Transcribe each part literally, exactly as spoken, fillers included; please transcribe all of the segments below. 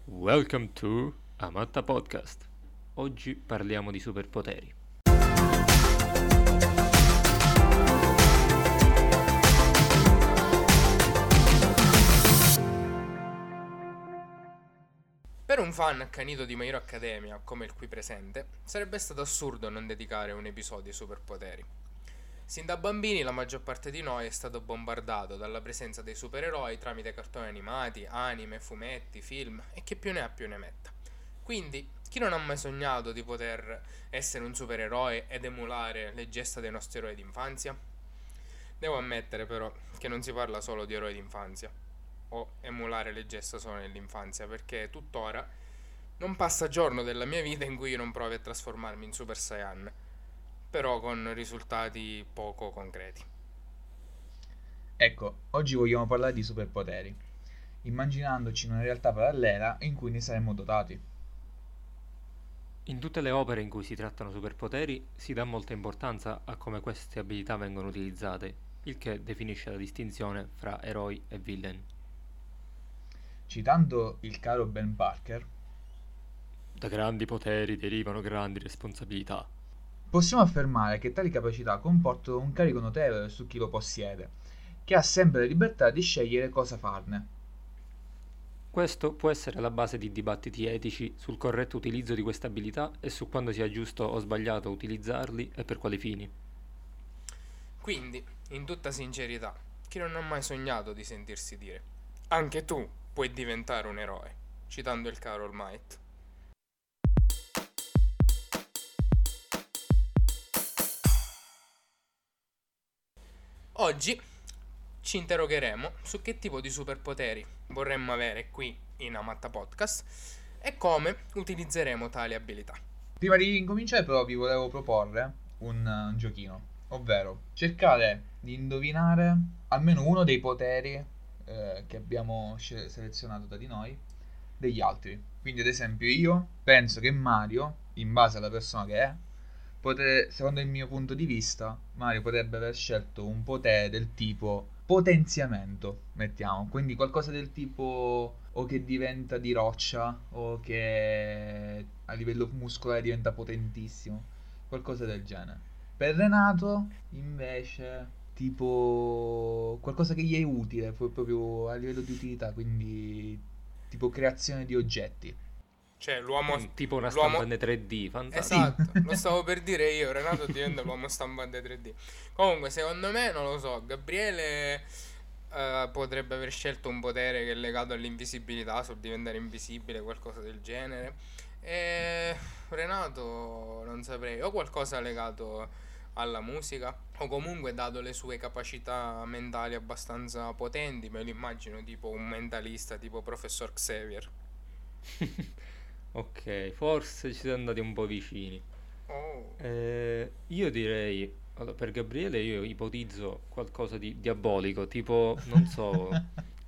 Welcome to Amatta Podcast. Oggi parliamo di superpoteri. Per un fan accanito di My Hero Academia, come il qui presente, sarebbe stato assurdo non dedicare un episodio ai superpoteri. Sin da bambini la maggior parte di noi è stato bombardato dalla presenza dei supereroi tramite cartoni animati, anime, fumetti, film e chi più ne ha più ne metta. Quindi, chi non ha mai sognato di poter essere un supereroe ed emulare le gesta dei nostri eroi d'infanzia? Devo ammettere però che non si parla solo di eroi d'infanzia o emulare le gesta solo nell'infanzia, perché tuttora non passa giorno della mia vita in cui io non provi a trasformarmi in Super Saiyan, però con risultati poco concreti. Ecco, oggi vogliamo parlare di superpoteri, immaginandoci una realtà parallela in cui ne saremmo dotati. In tutte le opere in cui si trattano superpoteri si dà molta importanza a come queste abilità vengono utilizzate, il che definisce la distinzione fra eroi e villain. Citando il caro Ben Parker, Da grandi poteri derivano grandi responsabilità. possiamo affermare che tali capacità comportano un carico notevole su chi lo possiede, che ha sempre la libertà di scegliere cosa farne. Questo può essere la base di dibattiti etici sul corretto utilizzo di queste abilità e su quando sia giusto o sbagliato utilizzarli e per quali fini. Quindi, in tutta sincerità, chi non ha mai sognato di sentirsi dire "Anche tu puoi diventare un eroe", citando il caro All Might. Oggi ci interrogheremo su che tipo di superpoteri vorremmo avere qui in Amatta Podcast e come utilizzeremo tali abilità. Prima di incominciare però vi volevo proporre un, uh, un giochino, ovvero cercare di indovinare almeno uno dei poteri eh, che abbiamo sce- selezionato da di noi degli altri. Quindi ad esempio io penso che Mario, in base alla persona che è, potre- secondo il mio punto di vista, Mario potrebbe aver scelto un potere del tipo potenziamento, mettiamo, quindi qualcosa del tipo o che diventa di roccia o che a livello muscolare diventa potentissimo, qualcosa del genere. Per Renato invece tipo qualcosa che gli è utile pro- proprio a livello di utilità, quindi tipo creazione di oggetti. Cioè l'uomo... Mm, tipo una l'uomo... stampante tre D, fantastico. Esatto, lo stavo per dire io, Renato diventa l'uomo stampante tre D. Comunque, secondo me, non lo so, Gabriele eh, potrebbe aver scelto un potere che è legato all'invisibilità, sul diventare invisibile, qualcosa del genere. E Renato non saprei, o qualcosa legato alla musica, o comunque dato le sue capacità mentali abbastanza potenti, me lo immagino tipo un mentalista, tipo Professor Xavier. Ok, forse ci siamo andati un po' vicini. Oh. Eh, io direi, allora, per Gabriele io ipotizzo qualcosa di diabolico, tipo, non so,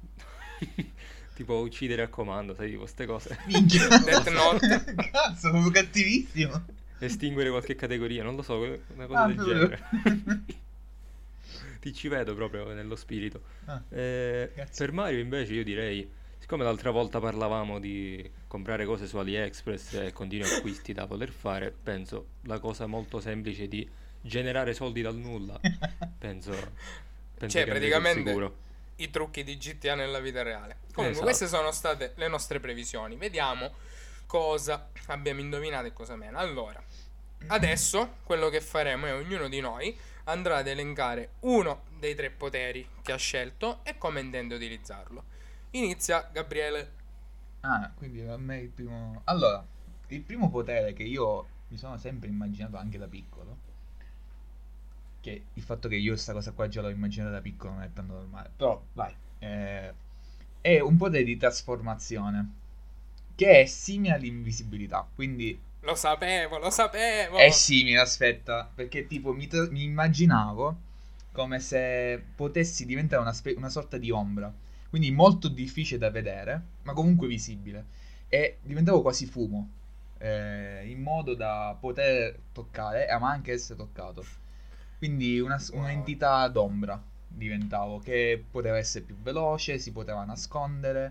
tipo uccidere a comando, sai, tipo queste cose. Minchia. Death Note. Cazzo, proprio cattivissimo. Estinguere qualche categoria, non lo so, una cosa Ah, del proprio. genere. Ti ci vedo proprio nello spirito. Ah, Eh, grazie. per Mario invece io direi, siccome l'altra volta parlavamo di comprare cose su AliExpress e continui acquisti da poter fare, penso la cosa molto semplice di generare soldi dal nulla. Penso, penso Cioè, che andrei sul praticamente sicuro. i trucchi di G T A nella vita reale. Comunque, Esatto. queste sono state le nostre previsioni. Vediamo cosa abbiamo indovinato e cosa meno. Allora, adesso quello che faremo è ognuno di noi andrà ad elencare uno dei tre poteri che ha scelto e come intende utilizzarlo. Inizia Gabriele. Ah, quindi a me il primo... Allora, il primo potere che io mi sono sempre immaginato anche da piccolo, che il fatto che io sta cosa qua già l'ho immaginata da piccolo non è tanto normale, però vai, eh, è un potere di trasformazione, che è simile all'invisibilità, quindi Lo sapevo, lo sapevo. è simile, aspetta, perché tipo mi, tra- mi immaginavo come se potessi diventare una, spe- una sorta di ombra, quindi molto difficile da vedere, ma comunque visibile, e diventavo quasi fumo, eh, in modo da poter toccare, eh, ma anche essere toccato. Quindi una, Wow. un'entità d'ombra diventavo, che poteva essere più veloce, si poteva nascondere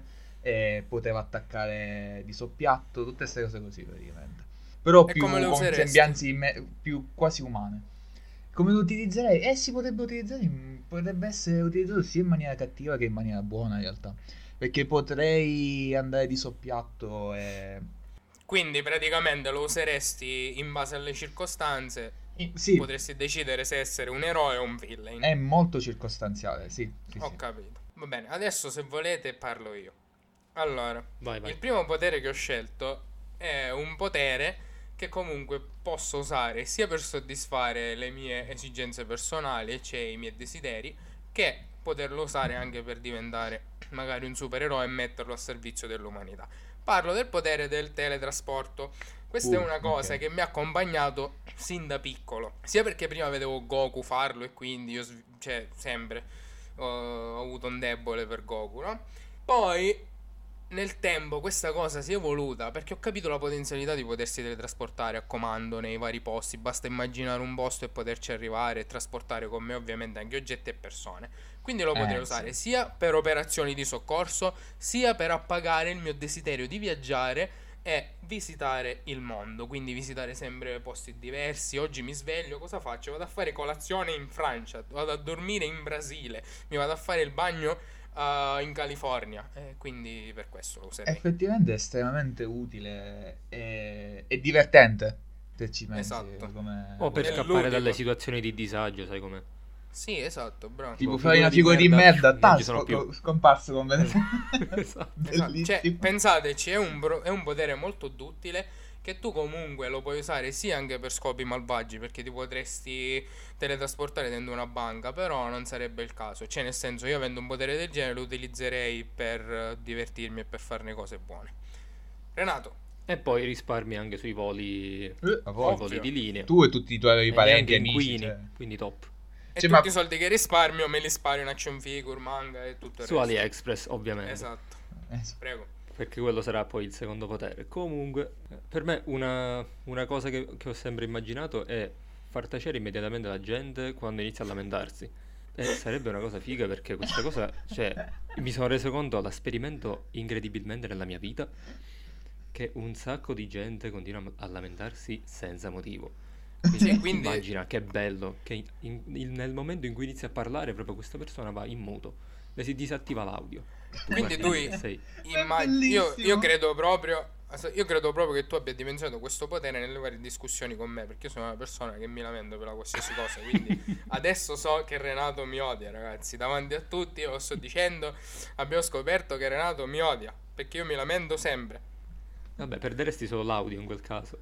e poteva attaccare di soppiatto, tutte queste cose così praticamente. Però E più come le con useresti? sembianze me- più quasi umane. Come lo utilizzerei? Eh, si potrebbe utilizzare, in- potrebbe essere utilizzato sia in maniera cattiva che in maniera buona in realtà. Perché potrei andare di soppiatto e... Quindi praticamente lo useresti in base alle circostanze, i- Sì, potresti decidere se essere un eroe o un villain. è molto circostanziale, sì, sì, Ho sì. capito. Va bene, adesso se volete parlo io. Allora, Vai, vai. il primo potere che ho scelto è un potere che comunque posso usare sia per soddisfare le mie esigenze personali, cioè i miei desideri, che poterlo usare anche per diventare magari un supereroe e metterlo a servizio dell'umanità. Parlo del potere del teletrasporto. Questa Uh, è una cosa ok. che mi ha accompagnato sin da piccolo, sia perché prima vedevo Goku farlo e quindi io, sv- cioè, sempre ho, ho avuto un debole per Goku, no? Poi nel tempo questa cosa si è evoluta perché ho capito la potenzialità di potersi teletrasportare a comando nei vari posti. Basta immaginare un posto e poterci arrivare e trasportare con me ovviamente anche oggetti e persone. Quindi lo potrei Eh, usare sì. sia per operazioni di soccorso, sia per appagare il mio desiderio di viaggiare e visitare il mondo. Quindi visitare sempre posti diversi. Oggi mi sveglio, cosa faccio? Vado a fare colazione in Francia, vado a dormire in Brasile, mi vado a fare il bagno uh, in California. E quindi per questo lo userei. Effettivamente è estremamente utile e, e divertente, se ci pensi, Esatto. come O per È potere. scappare ludico. dalle situazioni di disagio, sai com'è? Sì, esatto, bravo. Tipo Tipo, fai una figure figura di di merda, merda, non tan, ci sono sco- più. co- scomparso con me. Esatto. Esatto. Bellissimo. Cioè, pensateci, è un, bro- è un potere molto duttile che tu comunque lo puoi usare sia anche per scopi malvagi, perché ti potresti teletrasportare dentro una banca, però non sarebbe il caso. Cioè, nel senso, io avendo un potere del genere lo utilizzerei per eh, divertirmi e per farne cose buone. Renato, E poi risparmi anche sui voli, Eh, a sui posto. voli di linea. Tu e tutti i tuoi E parenti neanche e amici. inquini, Cioè. quindi top. e Cioè, tutti ma- i soldi che risparmio me li sparo in action figure, manga e tutto il Su resto. AliExpress, ovviamente. Esatto, eh, sì. prego. Perché quello sarà poi il secondo potere. Comunque, eh, per me una, una cosa che, che ho sempre immaginato è far tacere immediatamente la gente quando inizia a lamentarsi. E sarebbe una cosa figa perché questa cosa, cioè, mi sono reso conto all'esperimento incredibilmente nella mia vita che un sacco di gente continua a lamentarsi senza motivo. Quindi, Sì, quindi- immagina che bello che in- in- nel momento in cui inizia a parlare proprio questa persona va in muto, le si disattiva l'audio. Tu Quindi guardi, tu sei imma- È io, bellissimo. io credo proprio io credo proprio che tu abbia dimensionato questo potere nelle varie discussioni con me, perché io sono una persona che mi lamento per la qualsiasi cosa, quindi adesso so che Renato mi odia, ragazzi, davanti a tutti io lo sto dicendo, abbiamo scoperto che Renato mi odia, perché io mi lamento sempre Vabbè, perderesti solo l'audio in quel caso.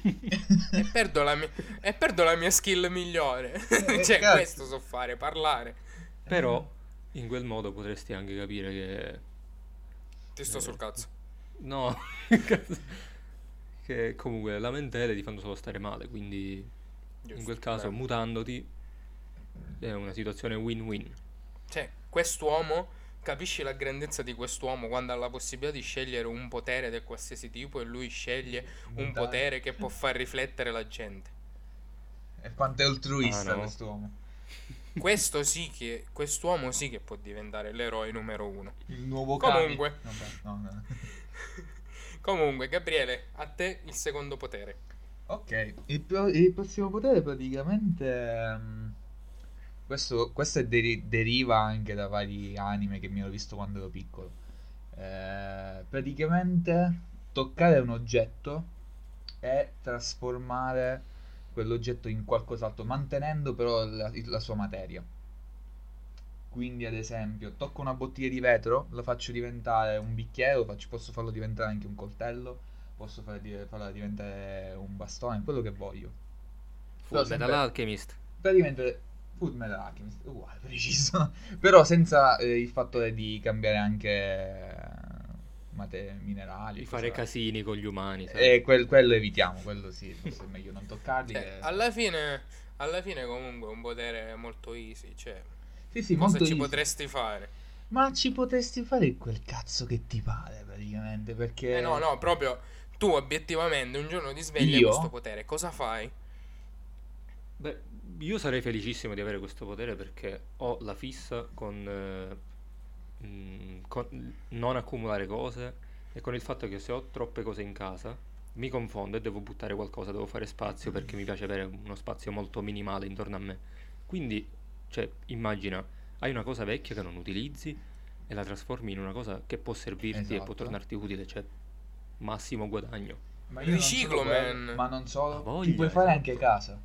e perdo la, mi- e perdo la mia skill migliore. Eh, Cioè, cazzo. questo so fare, parlare. Però in quel modo potresti anche capire che Ti sto sul cazzo. no, che comunque le lamentele ti fanno solo stare male, quindi in Giusto, quel caso bravo. mutandoti è una situazione win-win. Cioè, quest'uomo, capisci la grandezza di quest'uomo quando ha la possibilità di scegliere un potere di qualsiasi tipo e lui sceglie un Mutare. potere che può far riflettere la gente. E quanto è altruista Ah, no. quest'uomo. Questo sì che, quest'uomo sì che può diventare l'eroe numero uno. Il nuovo Comunque. Kami. Vabbè, no, no. Comunque, Gabriele, a te il secondo potere. Ok, il, pro- il prossimo potere praticamente... ehm, questo, questo è deri- deriva anche da vari anime che mi ero visto quando ero piccolo. Eh, praticamente toccare un oggetto e trasformare quell'oggetto in qualcos'altro, mantenendo però la, la sua materia. Quindi, ad esempio, tocco una bottiglia di vetro, lo faccio diventare un bicchiere, lo faccio- posso farlo diventare anche un coltello, posso fare di- farla diventare un bastone, quello che voglio. Full sempre- Metal Alchemist. Praticamente Full Metal Alchemist, uguale, preciso. Però senza eh, il fattore di cambiare anche eh, mate- minerali. Di cose fare varie. casini con gli umani, sai? E quel- quello evitiamo, quello sì, forse è meglio non toccarli. Cioè, che- alla fine, alla fine comunque è un potere molto easy, cioè, Sì, sì, cosa molto ci easy. potresti fare? Ma ci potresti fare quel cazzo che ti pare, praticamente, perché... Eh no, no, proprio tu obiettivamente un giorno ti svegli e Io? questo potere, cosa fai? Beh, io sarei felicissimo di avere questo potere perché ho la fissa con eh, mm, con- non accumulare cose e con il fatto che se ho troppe cose in casa mi confondo e devo buttare qualcosa, devo fare spazio perché mi piace avere uno spazio molto minimale intorno a me. Quindi, cioè, immagina, hai una cosa vecchia che non utilizzi e la trasformi in una cosa che può servirti e può Esatto. tornarti utile, cioè, massimo guadagno. Ma io non solo Riciclo, quello, man. ma non Ha solo, ti voglia, puoi fare anche esatto. casa.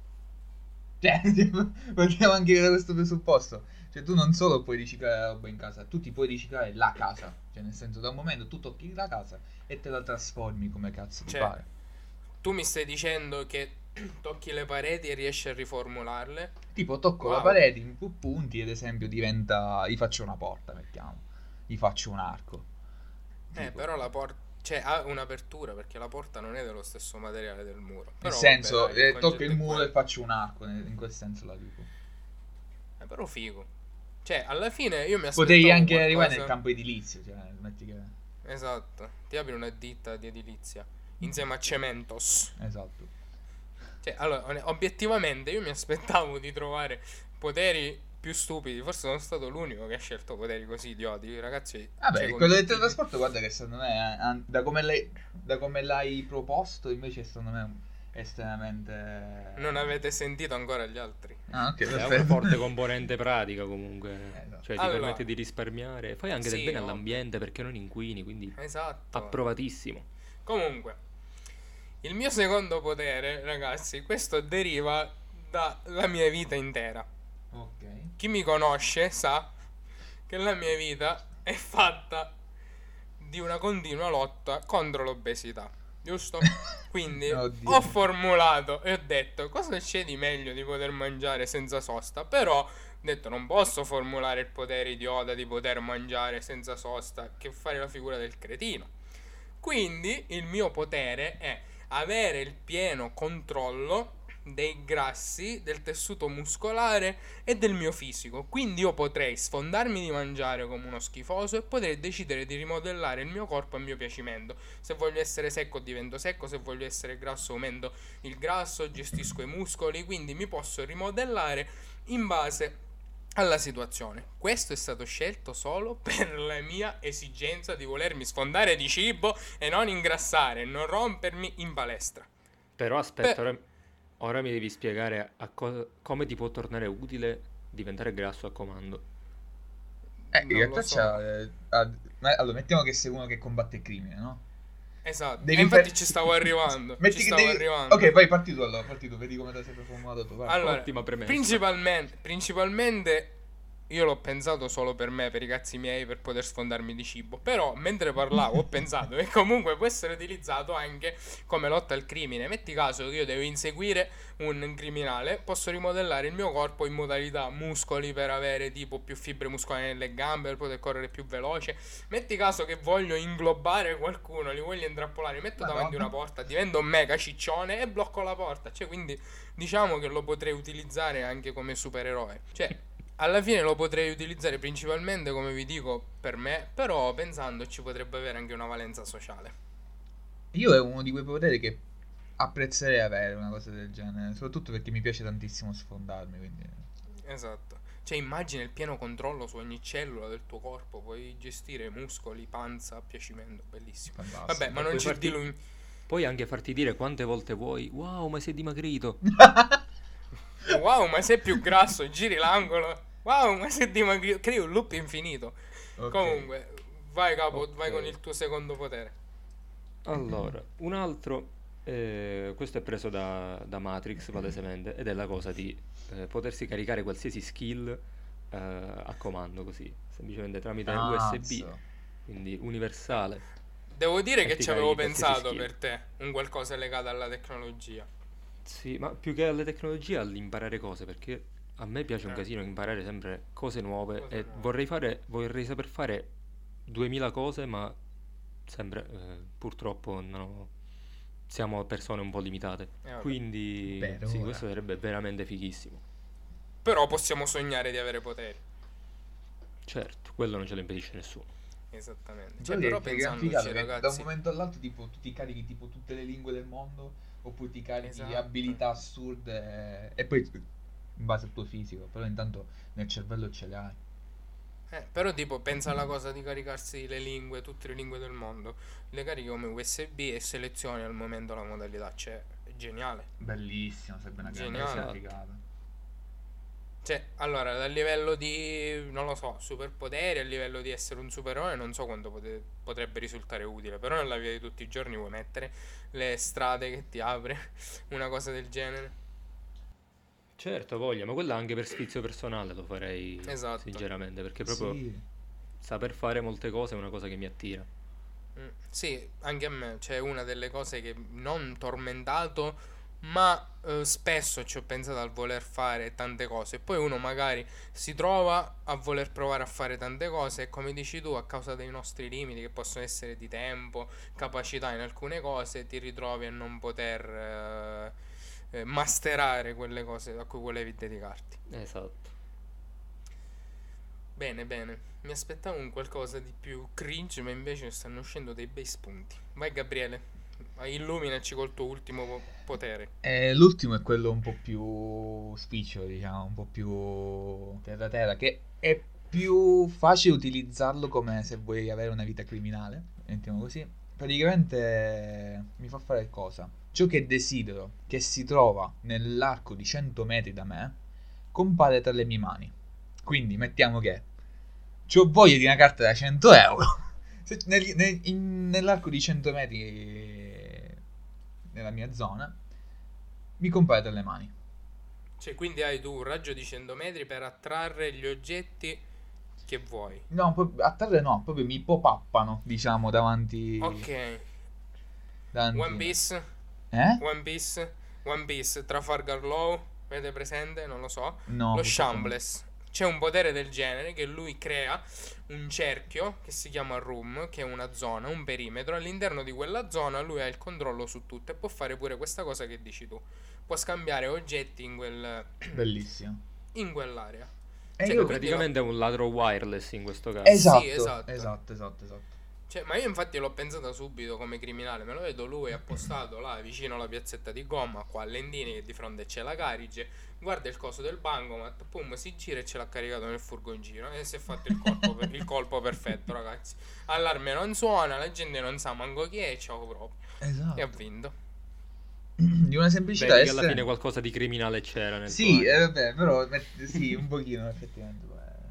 Cioè, tipo, partiamo anche da questo presupposto. Cioè, tu non solo puoi riciclare la roba in casa, tu ti puoi riciclare la casa. Cioè, nel senso, da un momento tu tocchi la casa e te la trasformi come cazzo ti Cioè, pare. tu mi stai dicendo che tocchi le pareti e riesci a riformularle? Tipo, tocco la Wow. parete in più punti, ad esempio, diventa... Gli faccio una porta, mettiamo. Gli faccio un arco. Eh, Tipo. però la porta... Cioè, ha un'apertura perché la porta non è dello stesso materiale del muro. Nel Però vabbè, senso, dai, il eh, tocco il concetto è muro e quello. faccio un arco, nel- in quel senso la dico. Eh, però figo. Cioè, alla fine io mi Potevi aspettavo anche arrivare nel qualcosa... campo edilizio, cioè, metti che... Esatto. Ti apri una ditta di edilizia insieme a Cementos. Esatto. Cioè, allora, on- obiettivamente io mi aspettavo di trovare poteri più stupidi. Forse sono stato l'unico che ha scelto poteri così idioti. Ragazzi, cioè, Vabbè, con quello del tutti gli... teletrasporto, guarda che secondo me, eh, an- da come l'hai, da come l'hai proposto, invece secondo me è estremamente... Non avete sentito ancora gli altri. Ah, ok, Beh, ha una perfetto. forte componente pratica comunque, Esatto. cioè ti Allora, permette di risparmiare, fai anche del sì, bene ovvio. all'ambiente perché non inquini, quindi Esatto. approvatissimo. Comunque, il mio secondo potere, ragazzi, questo deriva dalla mia vita intera. Ok. Chi mi conosce sa che la mia vita è fatta di una continua lotta contro l'obesità, giusto? Quindi Oddio. ho formulato e ho detto cosa c'è di meglio di poter mangiare senza sosta, però ho detto non posso formulare il potere idiota di poter mangiare senza sosta, che fare la figura del cretino. Quindi il mio potere è avere il pieno controllo dei grassi, del tessuto muscolare e del mio fisico. Quindi io potrei sfondarmi di mangiare come uno schifoso e potrei decidere di rimodellare il mio corpo a mio piacimento. Se voglio essere secco divento secco, se voglio essere grasso aumento il grasso, gestisco i muscoli, quindi mi posso rimodellare in base alla situazione. Questo è stato scelto solo per la mia esigenza di volermi sfondare di cibo e non ingrassare, non rompermi in palestra. Però Beh, aspetta, ora, ora mi devi spiegare a co- come ti può tornare utile diventare grasso a comando. Eh, in non lo realtà so. c'ha... eh, ha- ma- allora, mettiamo che sei uno che combatte il crimine, no? Esatto. E Devi infatti per- ci stavo arrivando. Metti Ci che stavo devi... arrivando. Ok, vai, parti tu allora, parti tu, vedi come te la sei formulato tu, vai. Allora, Ottima premessa. principalmente, principalmente io l'ho pensato solo per me, per i cazzi miei, per poter sfondarmi di cibo. Però, mentre parlavo, ho pensato che comunque può essere utilizzato anche come lotta al crimine. Metti caso che io devo inseguire un criminale, posso rimodellare il mio corpo in modalità muscoli per avere tipo più fibre muscolari nelle gambe, per poter correre più veloce. Metti caso che voglio inglobare qualcuno, li voglio intrappolare, mi metto davanti Madonna. una porta, divento un mega ciccione e blocco la porta. Cioè, quindi diciamo che lo potrei utilizzare anche come supereroe. Cioè, alla fine lo potrei utilizzare principalmente, come vi dico, per me, però pensando ci potrebbe avere anche una valenza sociale. Io è uno di quei poteri che apprezzerei avere una cosa del genere, soprattutto perché mi piace tantissimo sfondarmi, quindi... Esatto. Cioè, immagina il pieno controllo su ogni cellula del tuo corpo, puoi gestire muscoli, panza, a piacimento, bellissimo. Fantastico. Vabbè, ma E non puoi ci farti, dilunghiamo. puoi anche farti dire quante volte vuoi, wow, ma sei dimagrito. Wow, ma sei più grasso, giri l'angolo. Wow, ma sei dimagrito. Crei un loop infinito. Ok. Comunque, vai capo, Ok. vai con il tuo secondo potere. Allora, un altro, eh, questo è preso da, da Matrix palesemente, ed è la cosa di eh, potersi caricare qualsiasi skill eh, a comando così, semplicemente tramite U S B, Cazzo. quindi universale. Devo dire E che ti ci avevo carichi qualsiasi pensato skill. per te, un qualcosa legato alla tecnologia. Sì, ma più che alle tecnologie, all'imparare cose, perché a me piace un Eh, casino imparare sempre cose nuove cose e nuove. vorrei fare, vorrei saper fare duemila cose, ma sempre, eh, purtroppo non ho- siamo persone un po' limitate. Eh, vabbè. Quindi Per sì, ora. questo sarebbe veramente fighissimo. Però possiamo sognare di avere poteri. Certo, quello non ce lo impedisce nessuno. Esattamente. Il Cioè, problema però è che è gran pensandoci, figato che da un ragazzi. momento all'altro tipo tu ti carichi tipo tutte le lingue del mondo oppure ti carichi Esatto. abilità assurde e, e poi in base al tuo fisico, però intanto nel cervello ce le hai. Eh, però tipo pensa alla cosa di caricarsi le lingue, tutte le lingue del mondo, le carichi come U S B e selezioni al momento la modalità, cioè è geniale. Bellissimo, sarebbe una grande Geniale. cosa figata. Cioè, allora, dal livello di, non lo so, superpoteri, a livello di essere un supereroe, non so quanto pote- potrebbe risultare utile, però nella vita di tutti i giorni vuoi mettere le strade che ti apre, una cosa del genere. Certo, voglia, ma quella anche per sfizio personale lo farei Esatto. sinceramente, perché proprio Sì, saper fare molte cose è una cosa che mi attira. Mm, sì, anche a me, cioè una delle cose che non tormentato, ma eh, spesso ci ho pensato al voler fare tante cose. E poi uno magari si trova a voler provare a fare tante cose e come dici tu, a causa dei nostri limiti, che possono essere di tempo, capacità in alcune cose, ti ritrovi a non poter eh, eh, masterare quelle cose a cui volevi dedicarti. Esatto. Bene, bene. Mi aspettavo un qualcosa di più cringe, ma invece stanno uscendo dei bei spunti. Vai Gabriele, illuminaci col tuo ultimo po- potere. e l'ultimo è quello un po' più spicciolo, diciamo, un po' più terra terra, che è più facile utilizzarlo come se vuoi avere una vita criminale, mettiamo così. Praticamente mi fa fare cosa? Ciò che desidero, che si trova nell'arco di cento metri da me, compare tra le mie mani. Quindi mettiamo che c'ho voglia di una carta da cento euro. Se nel- nel- in- nell'arco di cento metri nella mia zona mi compare tra le mani. Cioè, quindi hai tu un raggio di cento metri per attrarre gli oggetti che vuoi. No, pro- a terra no, proprio mi pop-uppano, diciamo, davanti. Ok. davanti- One Piece, Eh? One Piece, One Piece, Trafalgar Law, avete presente? Non lo so. No. Lo purtroppo no. Shambles. C'è un potere del genere che lui crea un cerchio che si chiama room, che è una zona, un perimetro. All'interno di quella zona lui ha il controllo su tutto e può fare pure questa cosa che dici tu. Può scambiare oggetti in, quel, Bellissimo. in quell'area. E Cioè, io quindi Praticamente è un ladro wireless in questo caso. Esatto, Sì, esatto. esatto, esatto, esatto. Cioè, ma io infatti l'ho pensata subito come criminale, me lo vedo lui appostato là vicino alla piazzetta di gomma, qua a Lendini che di fronte c'è la Carige, guarda il coso del bancomat, pum, si gira e ce l'ha caricato nel furgoncino e si è fatto il colpo, per- il colpo perfetto, ragazzi. Allarme non suona, la gente non sa manco chi è, ciao proprio. Esatto. E ha vinto. Di una semplicità Vedi che alla estrema. fine qualcosa di criminale c'era nel Sì, tuo eh, animo. vabbè, però met- sì, un pochino effettivamente.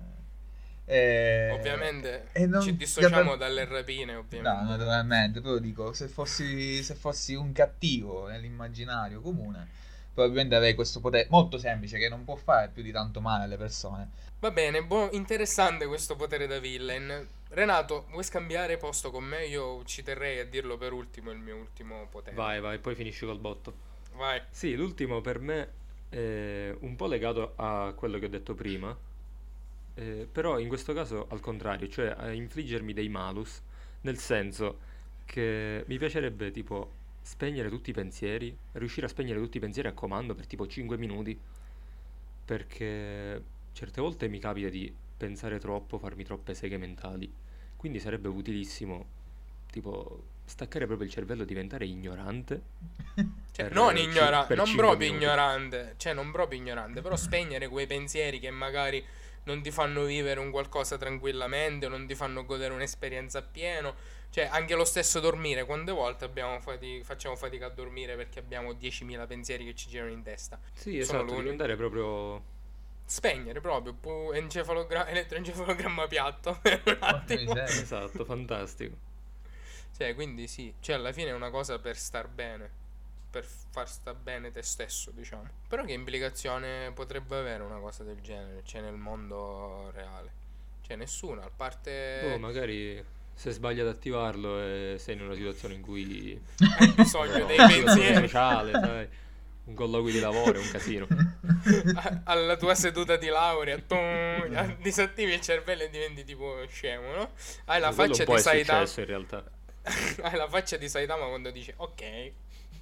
Eh, Ovviamente e non- ci dissociamo davvero- dalle rapine, ovviamente. No, naturalmente, però dico, se fossi, se fossi un cattivo nell'immaginario comune, probabilmente avrei questo potere molto semplice che non può fare più di tanto male alle persone. Va bene, buon- interessante questo potere da villain. Renato, vuoi scambiare posto con me? Io ci terrei a dirlo per ultimo, il mio ultimo potere. Vai, vai, poi finisci col botto. Vai. Sì, l'ultimo per me è un po' legato a quello che ho detto prima, eh, però in questo caso al contrario, cioè a infliggermi dei malus, nel senso che mi piacerebbe tipo spegnere tutti i pensieri, riuscire a spegnere tutti i pensieri a comando per tipo cinque minuti, perché certe volte mi capita di pensare troppo, farmi troppe seghe mentali, quindi sarebbe utilissimo tipo staccare proprio il cervello, diventare ignorante. Cioè, Per, non eh, ci- ignora- per non cinque proprio minuti. ignorante, cioè non proprio ignorante, però spegnere quei pensieri che magari non ti fanno vivere un qualcosa tranquillamente, o non ti fanno godere un'esperienza appieno. Cioè, anche lo stesso dormire, quante volte abbiamo fati- facciamo fatica a dormire perché abbiamo diecimila pensieri che ci girano in testa. Sì, Sono esatto, l'unico. diventare proprio... Spegnere proprio, pu- encefalogra- elettroencefalogramma piatto per un Porca attimo. miseria. Esatto, fantastico. Cioè, quindi sì, cioè alla fine è una cosa per star bene, per far star bene te stesso, diciamo. Però che implicazione potrebbe avere una cosa del genere, cioè nel mondo reale? Cioè nessuna, a parte Boh, magari se sbagli ad attivarlo e sei in una situazione in cui... hai bisogno no, dei una situazione pensieri sociale, sai, un colloquio di lavoro è un casino. a- alla tua seduta di laurea, tum, disattivi il cervello e diventi tipo scemo, no? Hai la Quello faccia un po' di è Saitama, successo in realtà. hai la faccia di Saitama quando dice ok,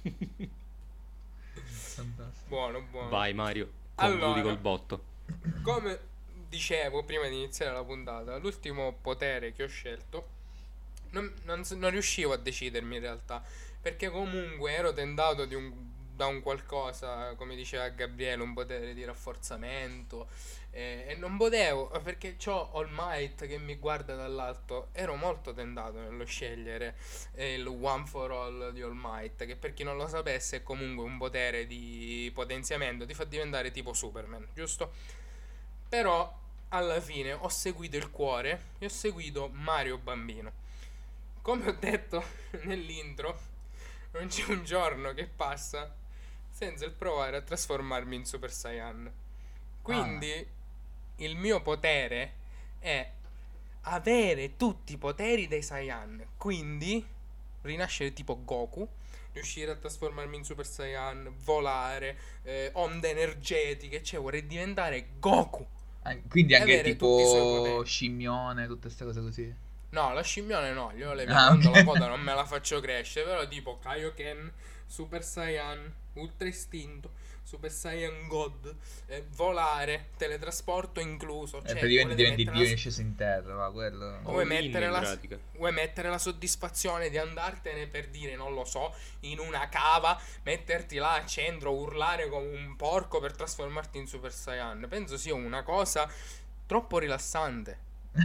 Fantastico. buono, buono. Vai Mario, concludi Allora. col botto. Come dicevo prima di iniziare la puntata, l'ultimo potere che ho scelto non, non s- non riuscivo a decidermi in realtà, perché comunque ero tentato di un da un qualcosa, come diceva Gabriele, un potere di rafforzamento, eh, e non potevo, perché c'ho All Might che mi guarda dall'alto. Ero molto tentato nello scegliere eh, il One for All di All Might, che per chi non lo sapesse è comunque un potere di potenziamento, ti fa diventare tipo Superman, giusto? Però alla fine ho seguito il cuore e ho seguito Mario Bambino. Come ho detto nell'intro, non c'è un giorno che passa senza il provare a trasformarmi in Super Saiyan. Quindi Ah. il mio potere è avere tutti i poteri dei Saiyan. Quindi rinascere tipo Goku, riuscire a trasformarmi in Super Saiyan, volare, eh, onde energetiche. Cioè vorrei diventare Goku. Ah, quindi anche Avere tutti i suoi tipo poteri. scimmione, tutte queste cose così. No, la scimmione no, glielo leviamo, Ah, tanto ok. la coda non me la faccio crescere. Però tipo Kaioken, Super Saiyan, Ultra Istinto, Super Saiyan God, eh, volare, teletrasporto incluso. E Cioè, praticamente volete diventi mettere Dio la, in sceso in terra, va, quello. vuoi All in, mettere in la, pratica. vuoi mettere la soddisfazione di andartene, per dire, non lo so, in una cava, metterti là a centro, urlare come un porco per trasformarti in Super Saiyan. Penso sia una cosa troppo rilassante.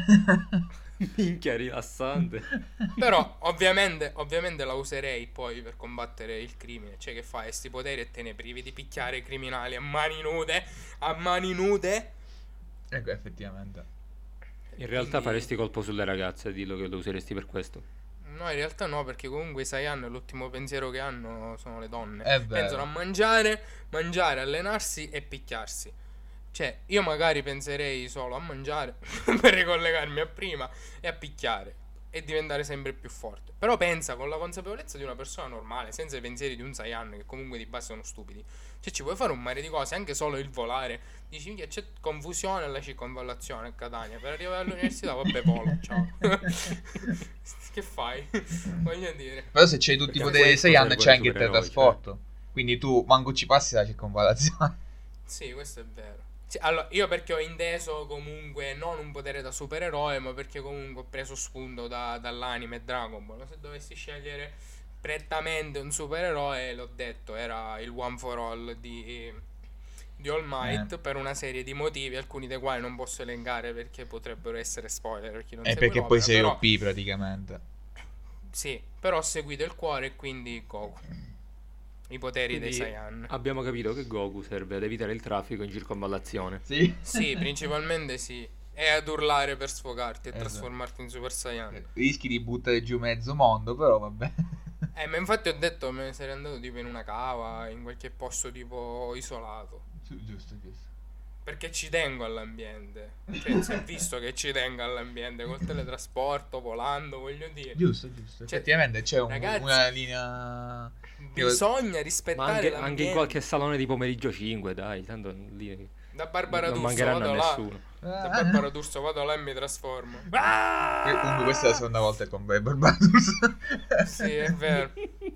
Minchia, rilassante. Però ovviamente, ovviamente la userei poi per combattere il crimine. Cioè, che fai? Sti poteri e te ne privi di picchiare i criminali a mani nude. A mani nude. Ecco, effettivamente. In realtà Quindi- faresti colpo sulle ragazze, dillo che lo useresti per questo. No, in realtà no, perché comunque i Saiyan l'ultimo pensiero che hanno sono le donne. È vero. Pensano a mangiare, mangiare, allenarsi e picchiarsi. Cioè, io magari penserei solo a mangiare per ricollegarmi a prima e a picchiare e diventare sempre più forte. Però pensa con la consapevolezza di una persona normale, senza i pensieri di un Saiyan, che comunque di base sono stupidi. Cioè, ci puoi fare un mare di cose, anche solo il volare. Dici, minchia, c'è confusione alla circonvallazione a Catania. Per arrivare all'università, vabbè, volo, ciao. Che fai? Voglio dire. Però se c'hai tutti i Perché poteri di questo Saiyan servono c'è i anche il supereroi, teletrasporto. Quindi tu manco ci passi la circonvallazione. Sì, questo è vero. Sì, allora, io perché ho inteso comunque non un potere da supereroe, ma perché comunque ho preso spunto da- dall'anime Dragon Ball. Se dovessi scegliere prettamente un supereroe, l'ho detto, era il One for All di, di All Might, Eh. per una serie di motivi, alcuni dei quali non posso elencare perché potrebbero essere spoiler per chi non È segue perché poi l'opera, sei però, O P praticamente. sì, però ho seguito il cuore e quindi Goku. I poteri dei Quindi Saiyan. abbiamo capito che Goku serve ad evitare il traffico in circonvallazione. Sì. Sì, principalmente sì. E ad urlare per sfogarti e Esatto. trasformarti in Super Saiyan. Rischi di buttare giù mezzo mondo, però vabbè. Eh, ma infatti ho detto me ne sarei andato tipo in una cava, in qualche posto tipo isolato. Giusto, giusto. Perché ci tengo all'ambiente. Cioè, si è visto che ci tengo all'ambiente col teletrasporto, volando, voglio dire. Giusto, giusto. Cioè, Effettivamente c'è un- ragazzi, una linea. Bisogna Ma rispettare anche, l'ambiente. anche in qualche salone di pomeriggio cinque, dai, tanto lì Da Barbara non D'Urso mancheranno a vado là. nessuno. Da Ah. Barbara D'Urso vado là e mi trasformo. Que- Comunque questa è la seconda volta che con Bray Barbados. Sì, è vero.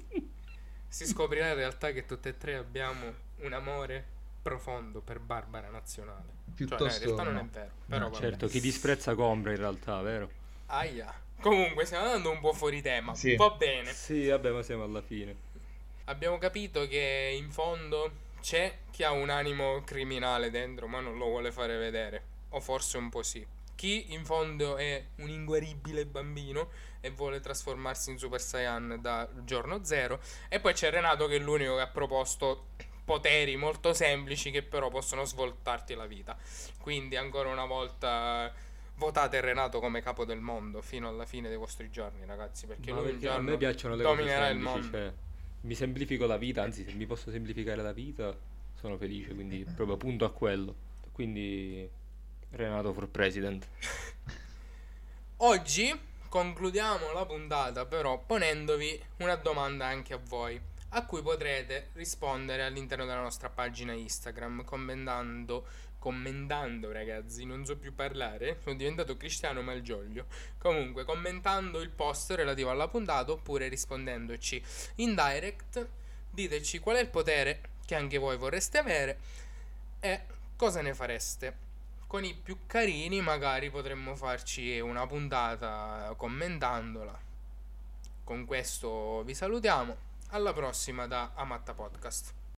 Si scoprirà in realtà che tutte e tre abbiamo un amore profondo per Barbara Nazionale. Cioè, no, in Piuttosto realtà non no. è vero. Però No, vabbè. Certo, chi disprezza compra in realtà, vero? Aia. Comunque, stiamo andando un po' fuori tema. Sì. Va bene. Sì, vabbè, ma siamo alla fine. Abbiamo capito che in fondo c'è chi ha un animo criminale dentro, ma non lo vuole fare vedere. O forse un po' sì. Chi in fondo è un inguaribile bambino e vuole trasformarsi in Super Saiyan da giorno zero. E poi c'è Renato che è l'unico che ha proposto poteri molto semplici che però possono svoltarti la vita. Quindi ancora una volta votate Renato come capo del mondo fino alla fine dei vostri giorni, ragazzi, perché Ma lui un perché a giorno me piacciono le cose dominerà il semplici, mondo. cioè, mi semplifico la vita, anzi se mi posso semplificare la vita sono felice, quindi proprio punto a quello. Quindi Renato for President. Oggi concludiamo la puntata però ponendovi una domanda anche a voi, a cui potrete rispondere all'interno della nostra pagina Instagram commentando, commentando ragazzi, non so più parlare, sono diventato Cristiano Malgioglio. Comunque commentando il post relativo alla puntata oppure rispondendoci in direct, diteci qual è il potere che anche voi vorreste avere e cosa ne fareste. Con i più carini magari potremmo farci una puntata commentandola. Con questo vi salutiamo. Alla prossima da Amatta Podcast.